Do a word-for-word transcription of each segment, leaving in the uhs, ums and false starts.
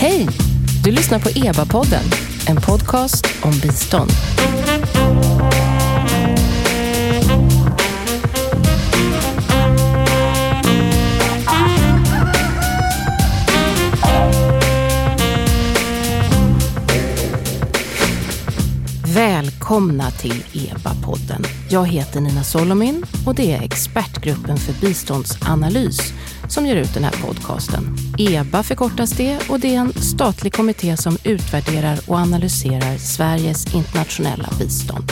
Hej! Du lyssnar på E B A-podden, en podcast om bistånd. Välkomna till E B A-podden. Jag heter Nina Solomin och det är expertgruppen för biståndsanalys som ger ut den här podcasten. E B A förkortas det och det är en statlig kommitté som utvärderar och analyserar Sveriges internationella bistånd.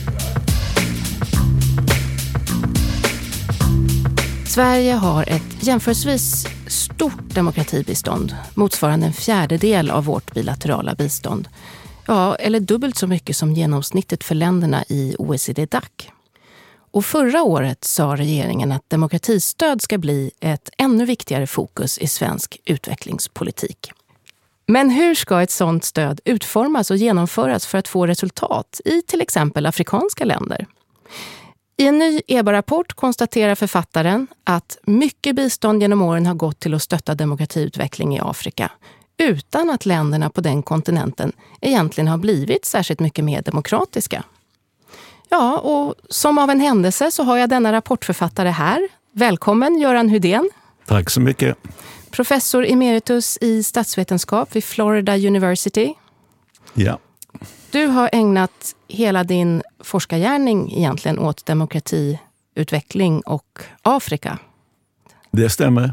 Sverige har ett jämförelsevis stort demokratibistånd, motsvarande en fjärdedel av vårt bilaterala bistånd. Ja, eller dubbelt så mycket som genomsnittet för länderna i O E C D-D A C. Och förra året sa regeringen att demokratistöd ska bli ett ännu viktigare fokus i svensk utvecklingspolitik. Men hur ska ett sådant stöd utformas och genomföras för att få resultat i till exempel afrikanska länder? I en ny E B A-rapport konstaterar författaren att mycket bistånd genom åren har gått till att stötta demokratiutveckling i Afrika, utan att länderna på den kontinenten egentligen har blivit särskilt mycket mer demokratiska. Ja, och som av en händelse så har jag denna rapportförfattare här. Välkommen Göran Hydén. Tack så mycket. Professor emeritus i statsvetenskap vid Florida University. Ja. Du har ägnat hela din forskargärning egentligen åt demokratiutveckling och Afrika. Det stämmer.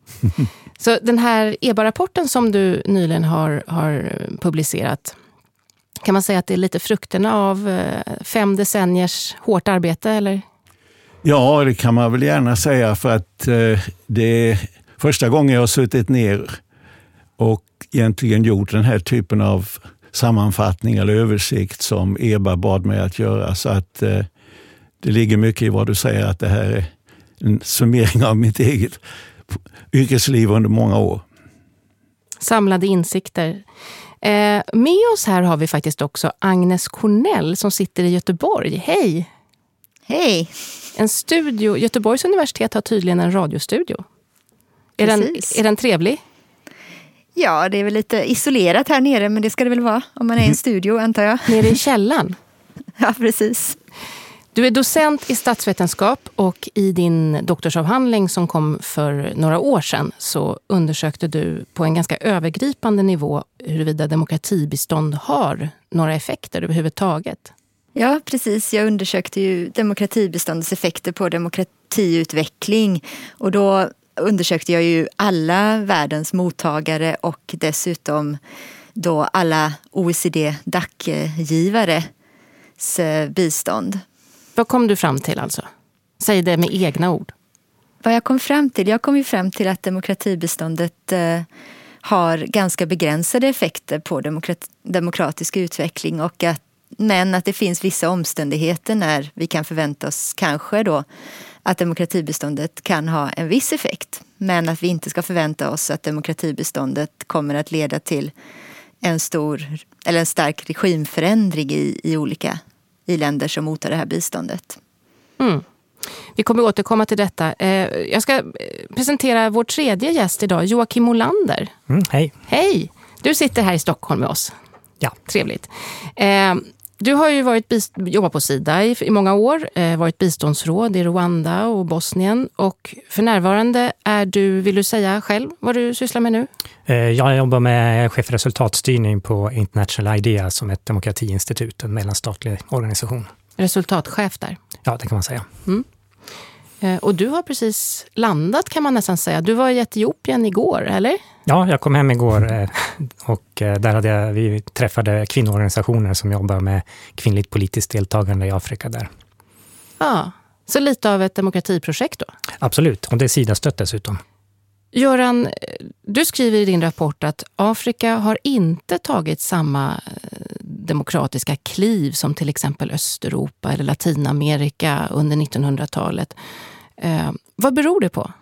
Så den här E B A-rapporten som du nyligen har, har publicerat, kan man säga att det är lite frukterna av fem decenniers hårt arbete, eller? Ja, det kan man väl gärna säga, för att eh, det är första gången jag har suttit ner och egentligen gjort den här typen av sammanfattning eller översikt som E B A bad mig att göra. Så att eh, det ligger mycket i vad du säger, att det här är en summering av mitt eget yrkesliv under många år. Samlade insikter. Eh, med oss här har vi faktiskt också Agnes Cornell som sitter i Göteborg. Hej! Hej! En studio. Göteborgs universitet har tydligen en radiostudio. Är den, är den trevlig? Ja, det är väl lite isolerat här nere, men det ska det väl vara om man är i en studio, antar jag. Nere i källaren? Ja, precis. Du är docent i statsvetenskap och i din doktorsavhandling som kom för några år sedan så undersökte du på en ganska övergripande nivå huruvida demokratibistånd har några effekter överhuvudtaget. Ja, precis. Jag undersökte ju demokratibiståndets effekter på demokratiutveckling och då undersökte jag ju alla världens mottagare och dessutom då alla O E C D-D A C-givares bistånd. Vad kom du fram till alltså? Säg det med egna ord. Vad jag kom fram till? Jag kom ju fram till att demokratibiståndet eh, har ganska begränsade effekter på demokrat- demokratisk utveckling och att, men att det finns vissa omständigheter när vi kan förvänta oss kanske då att demokratibiståndet kan ha en viss effekt, men att vi inte ska förvänta oss att demokratibiståndet kommer att leda till en stor eller en stark regimförändring i, i olika i länder som mottar det här biståndet. Mm. Vi kommer återkomma till detta. Eh, jag ska presentera vår tredje gäst idag, Joakim Molander. Mm, hej. Hej! Du sitter här i Stockholm med oss. Ja. Trevligt. Eh, du har ju varit bist- jobbat på Sida i, i många år, eh, varit biståndsråd i Rwanda och Bosnien och för närvarande är du, vill du säga själv vad du sysslar med nu? Eh, jag jobbar med chef för resultatstyrning på International IDEA som ett demokratiinstitut, en mellanstatlig organisation. Resultatchef där. Ja, det kan man säga. Mm. Eh, och du har precis landat kan man nästan säga. Du var i Etiopien igår, eller? Ja, jag kom hem igår eh, och eh, där hade jag, vi träffade kvinnoorganisationer som jobbar med kvinnligt politiskt deltagande i Afrika där. Ja, så lite av ett demokratiprojekt då? Absolut, och det är Sida-stött dessutom. Göran, du skriver i din rapport att Afrika har inte tagit samma demokratiska kliv som till exempel Östeuropa eller Latinamerika under nittonhundratalet. Eh, vad beror det på?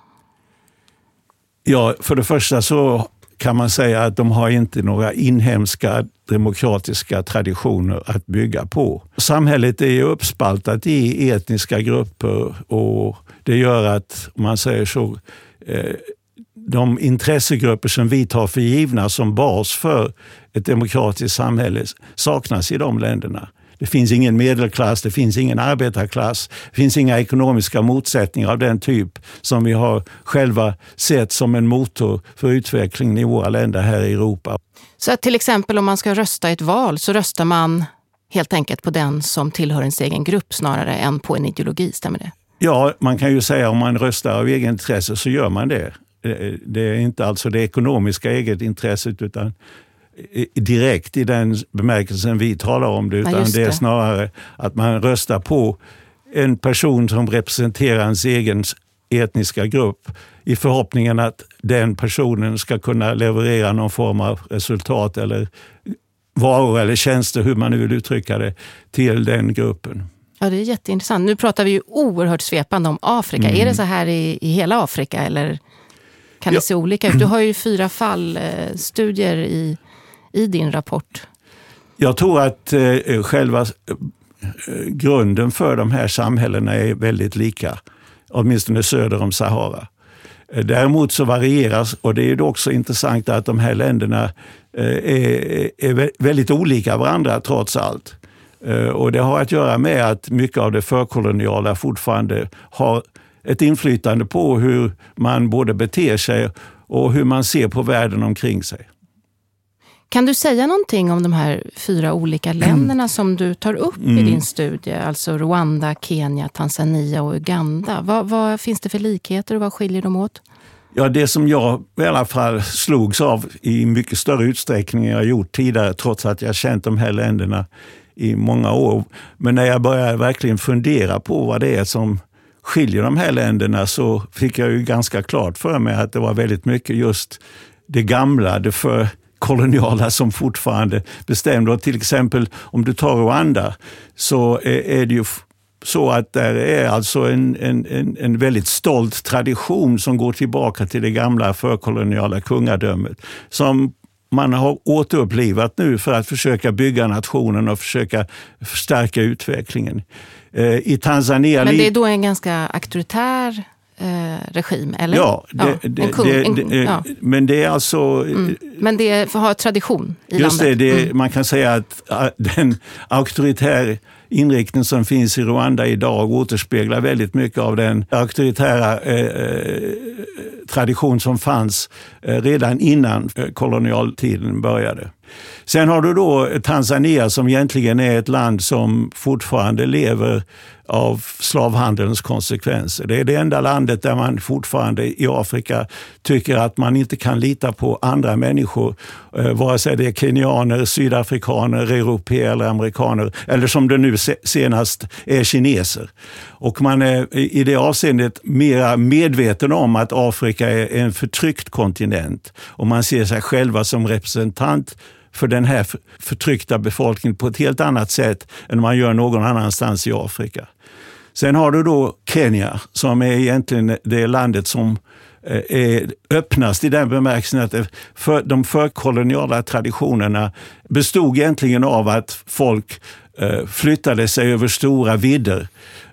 Ja, för det första så kan man säga att de har inte några inhemska demokratiska traditioner att bygga på. Samhället är ju uppspaltat i etniska grupper och det gör att, om man säger så, de intressegrupper som vi tar för givna som bas för ett demokratiskt samhälle saknas i de länderna. Det finns ingen medelklass, det finns ingen arbetarklass, det finns inga ekonomiska motsättningar av den typ som vi har själva sett som en motor för utvecklingen i våra länder här i Europa. Så att till exempel om man ska rösta i ett val så röstar man helt enkelt på den som tillhör ens egen grupp snarare än på en ideologi, stämmer det? Ja, man kan ju säga om man röstar av egen intresse så gör man det. Det är inte alltså det ekonomiska eget intresset utan direkt i den bemärkelsen vi talar om det, utan ja, det. det är snarare att man röstar på en person som representerar ens egen etniska grupp i förhoppningen att den personen ska kunna leverera någon form av resultat eller varor eller tjänster, hur man nu vill uttrycka det, till den gruppen. Ja, det är jätteintressant. Nu pratar vi ju oerhört svepande om Afrika. Mm. Är det så här i, i hela Afrika eller kan det ja. se olika ut? Du har ju fyra fallstudier i, i din rapport. Jag tror att eh, själva eh, grunden för de här samhällena är väldigt lika, åtminstone söder om Sahara. Däremot så varieras, och det är ju också intressant att de här länderna är, är väldigt olika varandra trots allt. Och det har att göra med att mycket av det förkoloniala fortfarande har ett inflytande på hur man både beter sig och hur man ser på världen omkring sig. Kan du säga någonting om de här fyra olika länderna mm. som du tar upp mm. i din studie? Alltså Rwanda, Kenya, Tanzania och Uganda. Vad, vad finns det för likheter och vad skiljer de åt? Ja, det som jag i alla fall slogs av i mycket större utsträckning än jag gjort tidigare, trots att jag känt de här länderna i många år. Men när jag började verkligen fundera på vad det är som skiljer de här länderna så fick jag ju ganska klart för mig att det var väldigt mycket just det gamla, det för koloniala som fortfarande bestämde. Och till exempel om du tar Rwanda så är det ju så att där är alltså en, en, en väldigt stolt tradition som går tillbaka till det gamla förkoloniala kungadömet som man har återupplivat nu för att försöka bygga nationen och försöka förstärka utvecklingen. I Tanzania... Men det är då en ganska auktoritär eh, regim, eller? Ja, det, ja, det, en kung, det, det, ja. men det är alltså... Mm. Men det har tradition i just landet. Det, det mm. man kan säga att den auktoritär inriktning som finns i Rwanda idag återspeglar väldigt mycket av den auktoritära eh, tradition som fanns eh, redan innan eh, kolonialtiden började. Sen har du då Tanzania som egentligen är ett land som fortfarande lever av slavhandelns konsekvenser. Det är det enda landet där man fortfarande i Afrika tycker att man inte kan lita på andra människor, eh, vare sig det är kenyaner, sydafrikaner, europeer eller amerikaner, eller som det nu senast är kineser. Och man är i det avseendet mera medveten om att Afrika är en förtryckt kontinent och man ser sig själva som representant för den här förtryckta befolkningen på ett helt annat sätt än man gör någon annanstans i Afrika. Sen har du då Kenya som är egentligen det landet som är öppnast i den bemärkelsen att för de förkoloniala traditionerna bestod egentligen av att folk flyttade sig över stora vidder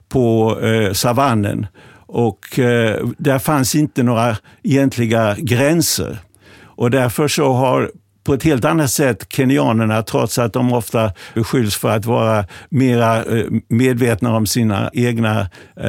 på savannen och där fanns inte några egentliga gränser. Och därför så har på ett helt annat sätt kenyanerna, trots att de ofta beskylls för att vara mera medvetna om sina egna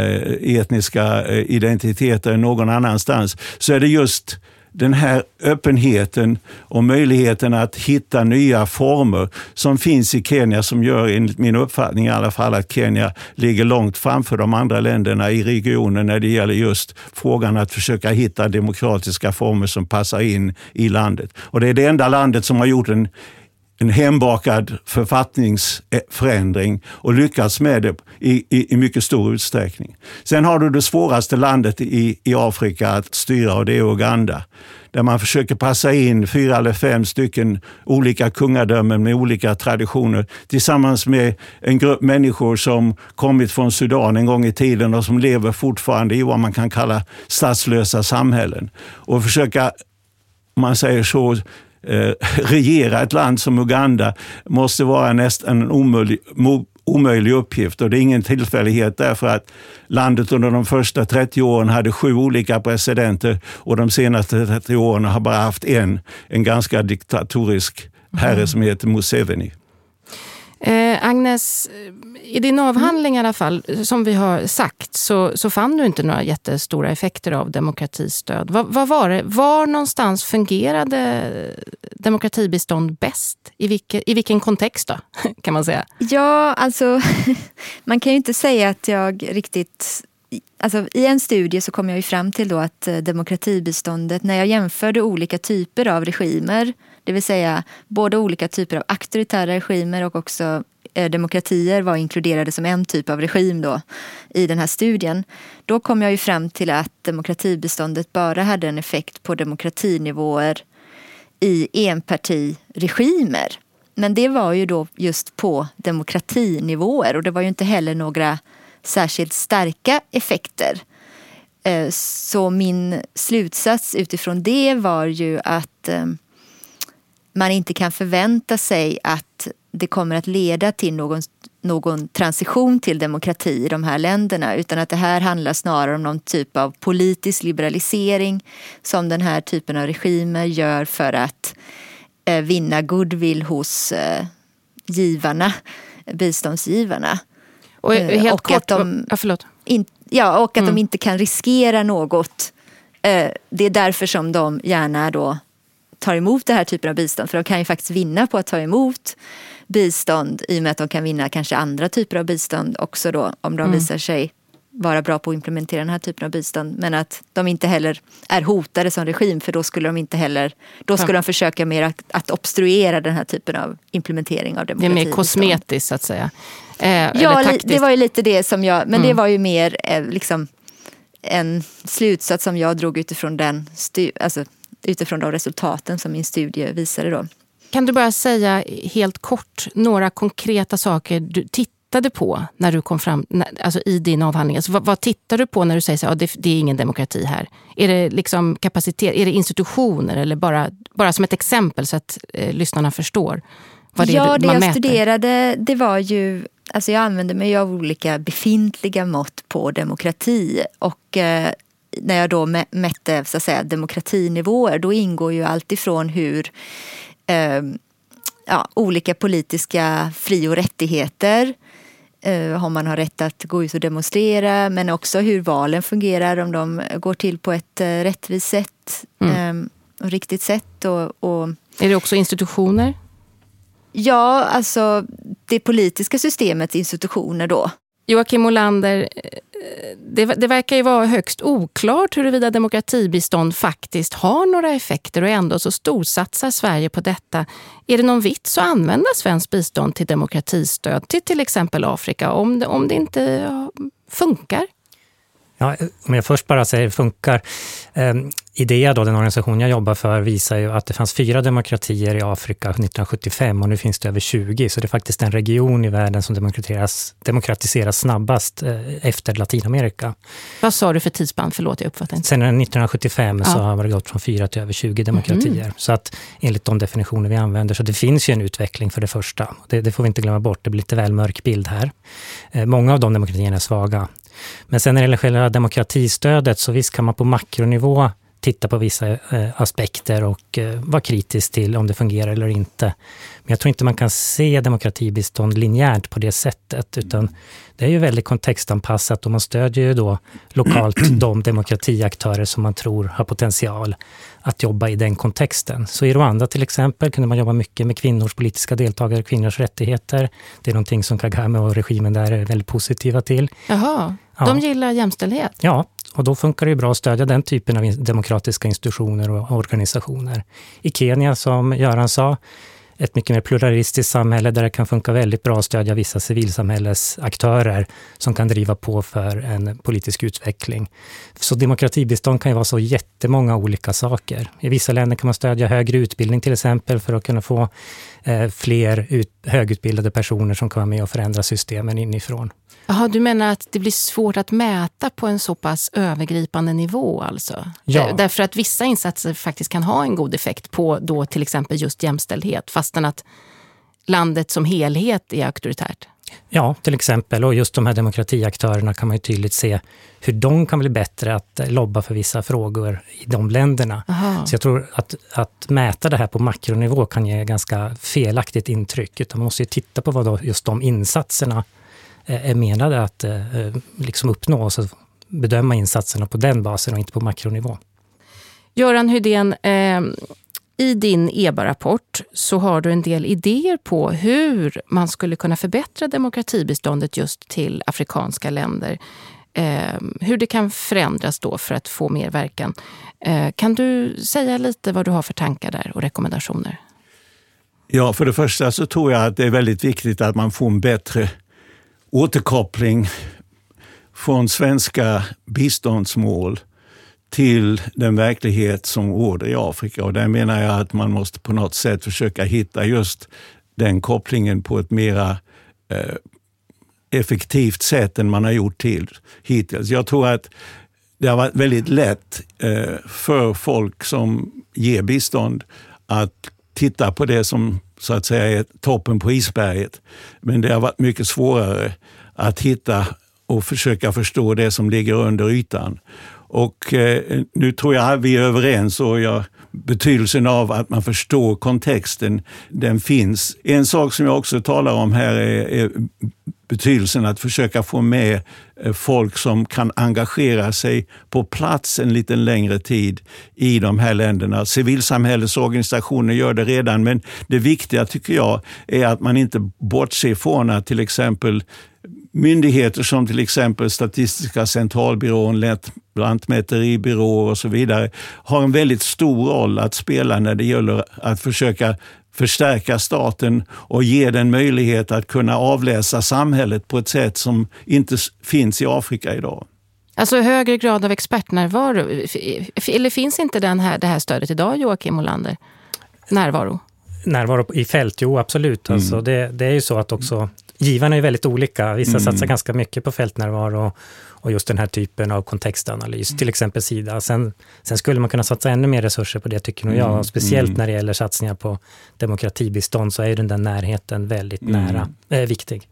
etniska identiteter än någon annanstans, så är det just den här öppenheten och möjligheten att hitta nya former som finns i Kenya som gör enligt min uppfattning i alla fall att Kenya ligger långt framför de andra länderna i regionen när det gäller just frågan att försöka hitta demokratiska former som passar in i landet. Och det är det enda landet som har gjort en en hembakad författningsförändring och lyckats med det i, i, i mycket stor utsträckning. Sen har du det svåraste landet i, i Afrika att styra och det är Uganda. Där man försöker passa in fyra eller fem stycken olika kungadömen med olika traditioner tillsammans med en grupp människor som kommit från Sudan en gång i tiden och som lever fortfarande i vad man kan kalla statslösa samhällen. Och försöka, man säger så, regera ett land som Uganda måste vara nästan en omöjlig, omöjlig uppgift, och det är ingen tillfällighet därför att landet under de första trettio åren hade sju olika presidenter och de senaste trettio åren har bara haft en, en ganska diktatorisk herre mm. som heter Museveni. Eh, Agnes, i din avhandling i alla fall, som vi har sagt, så, så fann du inte några jättestora effekter av demokratistöd. Vad, vad var det? Var någonstans fungerade demokratibistånd bäst? I, vilke, i vilken kontext då, kan man säga? Ja, alltså man kan ju inte säga att jag riktigt... Alltså, i en studie så kom jag ju fram till då att demokratibiståndet, när jag jämförde olika typer av regimer, det vill säga både olika typer av auktoritära regimer och också eh, demokratier var inkluderade som en typ av regim då i den här studien. Då kom jag ju fram till att demokratibiståndet bara hade en effekt på demokratinivåer i enpartiregimer. Men det var ju då just på demokratinivåer och det var ju inte heller några särskilt starka effekter. Så min slutsats utifrån det var ju att man inte kan förvänta sig att det kommer att leda till någon, någon transition till demokrati i de här länderna, utan att det här handlar snarare om någon typ av politisk liberalisering som den här typen av regimer gör för att eh, vinna goodwill hos eh, givarna, biståndsgivarna. Och helt och kort, att de, ja, förlåt. In, ja, och att mm. de inte kan riskera något. Eh, det är därför som de gärna då tar emot det här typen av bistånd. För de kan ju faktiskt vinna på att ta emot bistånd i och med att de kan vinna kanske andra typer av bistånd också då, om de mm. visar sig vara bra på att implementera den här typen av bistånd. Men att de inte heller är hotade som regim, för då skulle de inte heller, då skulle ja. de försöka mer att, att obstruera den här typen av implementering av demokrati. Det är mer kosmetiskt så att säga. Eh, ja, eller taktiskt. Det var ju lite det som jag, men mm. det var ju mer eh, liksom en slutsats som jag drog utifrån den, stu, alltså utifrån de resultaten som min studie visade då. Kan du bara säga helt kort några konkreta saker du tittade på när du kom fram, alltså i din avhandling? Alltså, vad, vad tittar du på när du säger så, ja, det, det är ingen demokrati här? Är det liksom kapacitet, är det institutioner eller bara, bara som ett exempel så att eh, lyssnarna förstår vad det ja, är man det jag mäter? studerade, det var ju, alltså jag använde mig av olika befintliga mått på demokrati och eh, när jag då mätte så att säga demokratinivåer, då ingår ju allt ifrån hur eh, ja, olika politiska fri- och rättigheter, eh, om man har rätt att gå ut och demonstrera, men också hur valen fungerar, om de går till på ett eh, rättvist sätt mm. eh, och riktigt sätt. Och, och är det också institutioner? Ja, alltså det politiska systemets institutioner då. Joakim Olander, det, det verkar ju vara högst oklart huruvida demokratibistånd faktiskt har några effekter och ändå så storsatsar Sverige på detta. Är det någon vits att använda svensk bistånd till demokratistöd till till exempel Afrika om det, om det inte funkar? Ja, om jag först bara säger funkar. Eh, IDEA, då, den organisation jag jobbar för, visar ju att det fanns fyra demokratier i Afrika nittonhundrasjuttiofem och nu finns det över tjugo. Så det är faktiskt en region i världen som demokratiseras, demokratiseras snabbast eh, efter Latinamerika. Vad sa du för tidsspann? Förlåt, jag uppfattar inte. Sen nittonhundrasjuttiofem ja. så har det gått från fyra till över tjugo demokratier. Mm. Så att enligt de definitioner vi använder, så det finns ju en utveckling för det första. Det, det får vi inte glömma bort, det blir lite väl mörk bild här. Eh, många av de demokratierna är svaga. Men sen när det gäller själva demokratistödet, så visst kan man på makronivå titta på vissa eh, aspekter och eh, vara kritisk till om det fungerar eller inte. Men jag tror inte man kan se demokratibistånd linjärt på det sättet, utan det är ju väldigt kontextanpassat och man stödjer ju då lokalt de demokratiaktörer som man tror har potential att jobba i den kontexten. Så i Rwanda till exempel kunde man jobba mycket med kvinnors politiska deltagare, kvinnors rättigheter. Det är någonting som Kagame och regimen där är väldigt positiva till. Jaha, ja. De gillar jämställdhet. Ja, och då funkar det ju bra att stödja den typen av demokratiska institutioner och organisationer. I Kenya, som Göran sa, ett mycket mer pluralistiskt samhälle där det kan funka väldigt bra att stödja vissa civilsamhällesaktörer som kan driva på för en politisk utveckling. Så demokratibistånd kan ju vara så jättemånga olika saker. I vissa länder kan man stödja högre utbildning till exempel för att kunna få eh, fler ut, högutbildade personer som kan vara med och förändra systemen inifrån. Jaha, du menar att det blir svårt att mäta på en så pass övergripande nivå alltså? Ja. Därför att vissa insatser faktiskt kan ha en god effekt på då till exempel just jämställdhet, fastän att landet som helhet är auktoritärt. Ja, till exempel. Och just de här demokratiaktörerna kan man ju tydligt se hur de kan bli bättre att lobba för vissa frågor i de länderna. Aha. Så jag tror att, att mäta det här på makronivå kan ge ganska felaktigt intryck. Utan man måste ju titta på vad då just de insatserna är menade att liksom uppnå och så bedöma insatserna på den basen och inte på makronivå. Göran Hydén, eh, i din E B A-rapport så har du en del idéer på hur man skulle kunna förbättra demokratibiståndet just till afrikanska länder. Eh, hur det kan förändras då för att få mer verkan. Eh, kan du säga lite vad du har för tankar där och rekommendationer? Ja, för det första så tror jag att det är väldigt viktigt att man får en bättre återkoppling från svenska biståndsmål till den verklighet som råder i Afrika. Och där menar jag att man måste på något sätt försöka hitta just den kopplingen på ett mera eh, effektivt sätt än man har gjort till hittills. Jag tror att det har varit väldigt lätt eh, för folk som ger bistånd att titta på det som så att säga är toppen på isberget. Men det har varit mycket svårare att hitta och försöka förstå det som ligger under ytan. Och eh, nu tror jag att vi är överens och jag, betydelsen av att man förstår kontexten, den finns. En sak som jag också talar om här är, är betydelsen att försöka få med folk som kan engagera sig på plats en lite längre tid i de här länderna. Civilsamhällesorganisationer gör det redan, men det viktiga tycker jag är att man inte bortser från att till exempel myndigheter som till exempel Statistiska centralbyrån, lantmäteribyråer och så vidare har en väldigt stor roll att spela när det gäller att försöka förstärka staten och ge den möjlighet att kunna avläsa samhället på ett sätt som inte finns i Afrika idag. Alltså högre grad av expertnärvaro, eller finns inte den här, det här stödet idag, Joakim Olander? Närvaro? Närvaro i fält, jo absolut. Mm. Alltså det, det är ju så att också givarna är väldigt olika. Vissa mm. satsar ganska mycket på fältnärvaro och just den här typen av kontextanalys, mm. till exempel Sida. Sen, sen skulle man kunna satsa ännu mer resurser på det tycker nog jag. Mm. Speciellt mm. när det gäller satsningar på demokratibistånd så är den där närheten väldigt mm. nära, äh, viktig.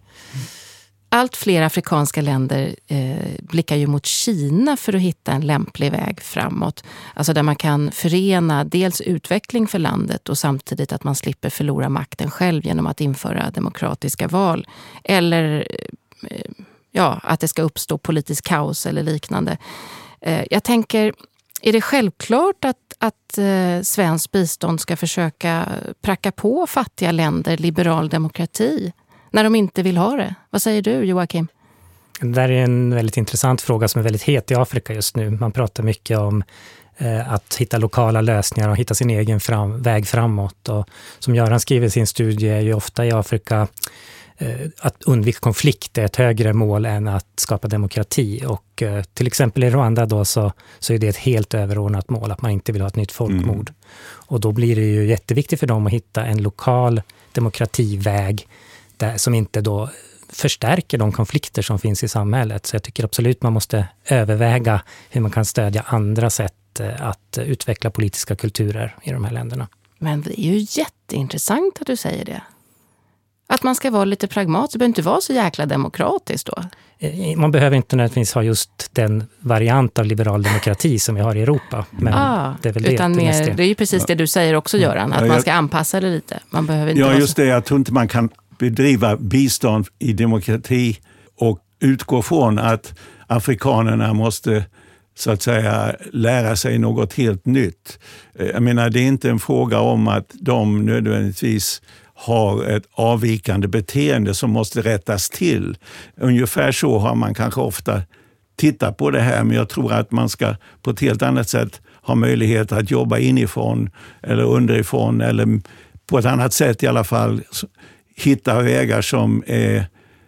Allt fler afrikanska länder eh, blickar ju mot Kina för att hitta en lämplig väg framåt. Alltså där man kan förena dels utveckling för landet och samtidigt att man slipper förlora makten själv genom att införa demokratiska val. Eller eh, ja, att det ska uppstå politisk kaos eller liknande. Eh, jag tänker, är det självklart att, att eh, svensk bistånd ska försöka pracka på fattiga länder liberal demokrati när de inte vill ha det? Vad säger du, Joakim? Det där är en väldigt intressant fråga som är väldigt het i Afrika just nu. Man pratar mycket om eh, att hitta lokala lösningar och hitta sin egen fram, väg framåt. Och som Göran skriver i sin studie är ju ofta i Afrika eh, att undvika konflikt är ett högre mål än att skapa demokrati. Och eh, till exempel i Rwanda då så, så är det ett helt överordnat mål att man inte vill ha ett nytt folkmord. Mm. Och då blir det ju jätteviktigt för dem att hitta en lokal demokrativäg där, som inte då förstärker de konflikter som finns i samhället. Så jag tycker absolut man måste överväga hur man kan stödja andra sätt att utveckla politiska kulturer i de här länderna. Men det är ju jätteintressant att du säger det. Att man ska vara lite pragmatisk, det behöver inte vara så jäkla demokratiskt då. Man behöver inte nödvändigtvis ha just den variant av liberal demokrati som vi har i Europa. Men ah, det är väl utan det, mer, det är ju precis det du säger också, Göran. Att man ska anpassa det lite. Man behöver inte ja, just så... det. Jag tror inte man kan bedriva bistånd i demokrati och utgå från att afrikanerna måste så att säga lära sig något helt nytt. Jag menar, det är inte en fråga om att de nödvändigtvis har ett avvikande beteende som måste rättas till. Ungefär så har man kanske ofta tittat på det här, men jag tror att man ska på ett helt annat sätt ha möjlighet att jobba inifrån eller underifrån eller på ett annat sätt i alla fall hitta vägar som är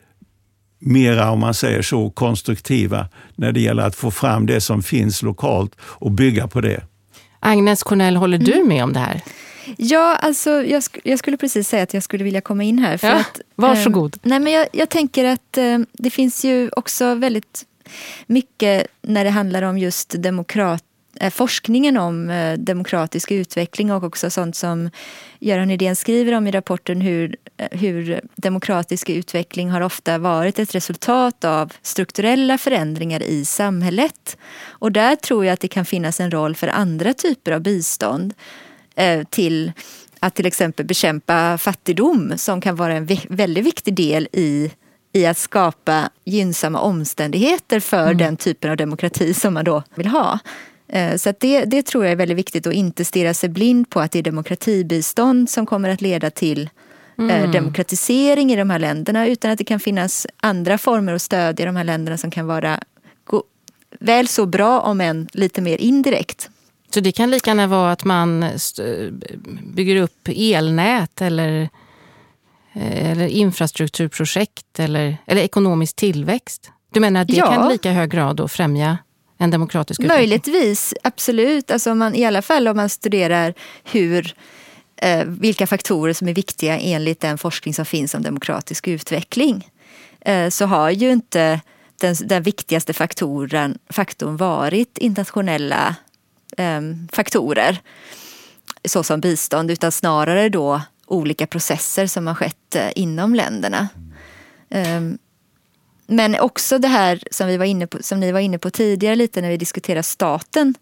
mera, om man säger så, konstruktiva när det gäller att få fram det som finns lokalt och bygga på det. Agnes Cornell, håller du med om det här? Ja, alltså jag, sk- jag skulle precis säga att jag skulle vilja komma in här. För ja, att, varsågod. Eh, nej, men jag, jag tänker att eh, det finns ju också väldigt mycket när det handlar om just demokrat forskningen om eh, demokratisk utveckling och också sånt som Göran Hydén skriver om i rapporten, hur hur demokratisk utveckling har ofta varit ett resultat av strukturella förändringar i samhället. Och där tror jag att det kan finnas en roll för andra typer av bistånd eh, till att till exempel bekämpa fattigdom, som kan vara en väldigt viktig del i, i att skapa gynnsamma omständigheter för mm. den typen av demokrati som man då vill ha. Så att det, det tror jag är väldigt viktigt, att inte stirra sig blind på att det är demokratibistånd som kommer att leda till mm. eh, demokratisering i de här länderna, utan att det kan finnas andra former att stödja de här länderna som kan vara go- väl så bra, om än lite mer indirekt. Så det kan lika gärna vara att man st- bygger upp elnät eller, eller infrastrukturprojekt eller, eller ekonomisk tillväxt? Du menar att det ja. kan lika hög grad då främja en demokratisk utveckling? Möjligtvis, absolut. Alltså om man, i alla fall om man studerar hur, eh, vilka faktorer som är viktiga enligt den forskning som finns om demokratisk utveckling, eh, så har ju inte den, den viktigaste faktorn, faktorn varit internationella eh, faktorer, såsom bistånd, utan snarare då olika processer som har skett eh, inom länderna. Eh, Men också det här som, vi var inne på, som ni var inne på tidigare lite när vi diskuterade staten.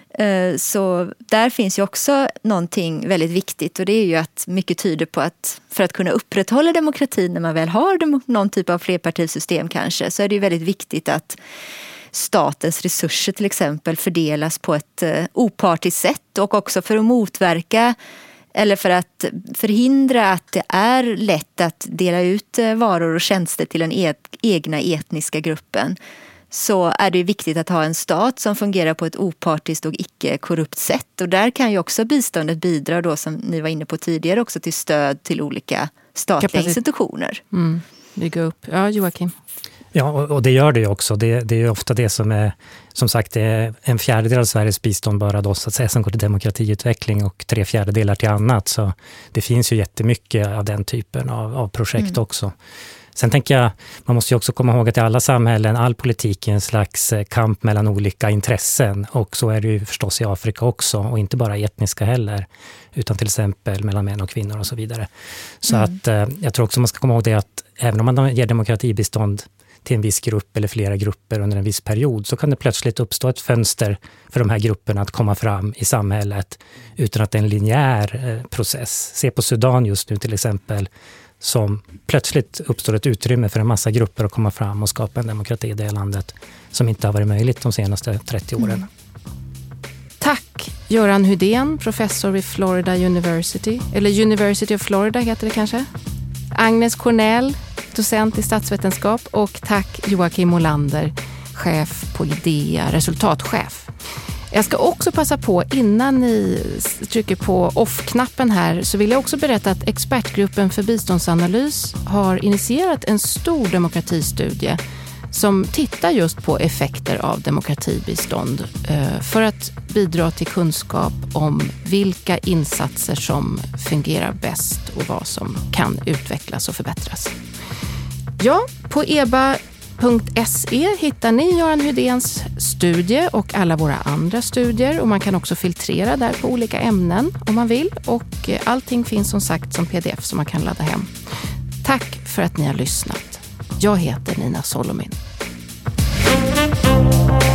Så där finns ju också någonting väldigt viktigt, och det är ju att mycket tyder på att för att kunna upprätthålla demokratin när man väl har någon typ av flerpartisystem kanske, så är det ju väldigt viktigt att statens resurser till exempel fördelas på ett opartiskt sätt, och också för att motverka eller för att förhindra att det är lätt att dela ut varor och tjänster till den e- egna etniska gruppen, så är det viktigt att ha en stat som fungerar på ett opartiskt och icke-korrupt sätt. Och där kan ju också biståndet bidra då, som ni var inne på tidigare, också till stöd till olika statliga Kapacitet. institutioner. Mm. Bygga upp. Ja, Joakim. Ja, och det gör det ju också. Det, det är ju ofta det som är, som sagt, det är en fjärdedel av Sveriges bistånd bara då, så att säga, som går till demokratiutveckling, och tre fjärdedelar till annat. Så det finns ju jättemycket av den typen av, av projekt mm. också. Sen tänker jag, man måste ju också komma ihåg att i alla samhällen, all politik är en slags kamp mellan olika intressen, och så är det ju förstås i Afrika också, och inte bara etniska heller, utan till exempel mellan män och kvinnor och så vidare. Så mm. att eh, jag tror också man ska komma ihåg det, att även om man ger demokratibistånd till en viss grupp eller flera grupper under en viss period, så kan det plötsligt uppstå ett fönster för de här grupperna att komma fram i samhället utan att det är en linjär eh, process. Se på Sudan just nu till exempel, som plötsligt uppstår ett utrymme för en massa grupper att komma fram och skapa en demokrati i det landet som inte har varit möjligt de senaste trettio åren. Mm. Tack Göran Hydén, professor vid Florida University, eller University of Florida heter det kanske. Agnes Cornell, docent i statsvetenskap, och tack Joakim Molander, chef på IDEA, resultatchef. Jag ska också passa på, innan ni trycker på off-knappen här, så vill jag också berätta att expertgruppen för biståndsanalys har initierat en stor demokratistudie som tittar just på effekter av demokratibistånd för att bidra till kunskap om vilka insatser som fungerar bäst och vad som kan utvecklas och förbättras. Ja, på e b a punkt se hittar ni Göran Hydéns studie och alla våra andra studier, och man kan också filtrera där på olika ämnen om man vill, och allting finns som sagt som pdf som man kan ladda hem. Tack för att ni har lyssnat. Jag heter Nina Solomin.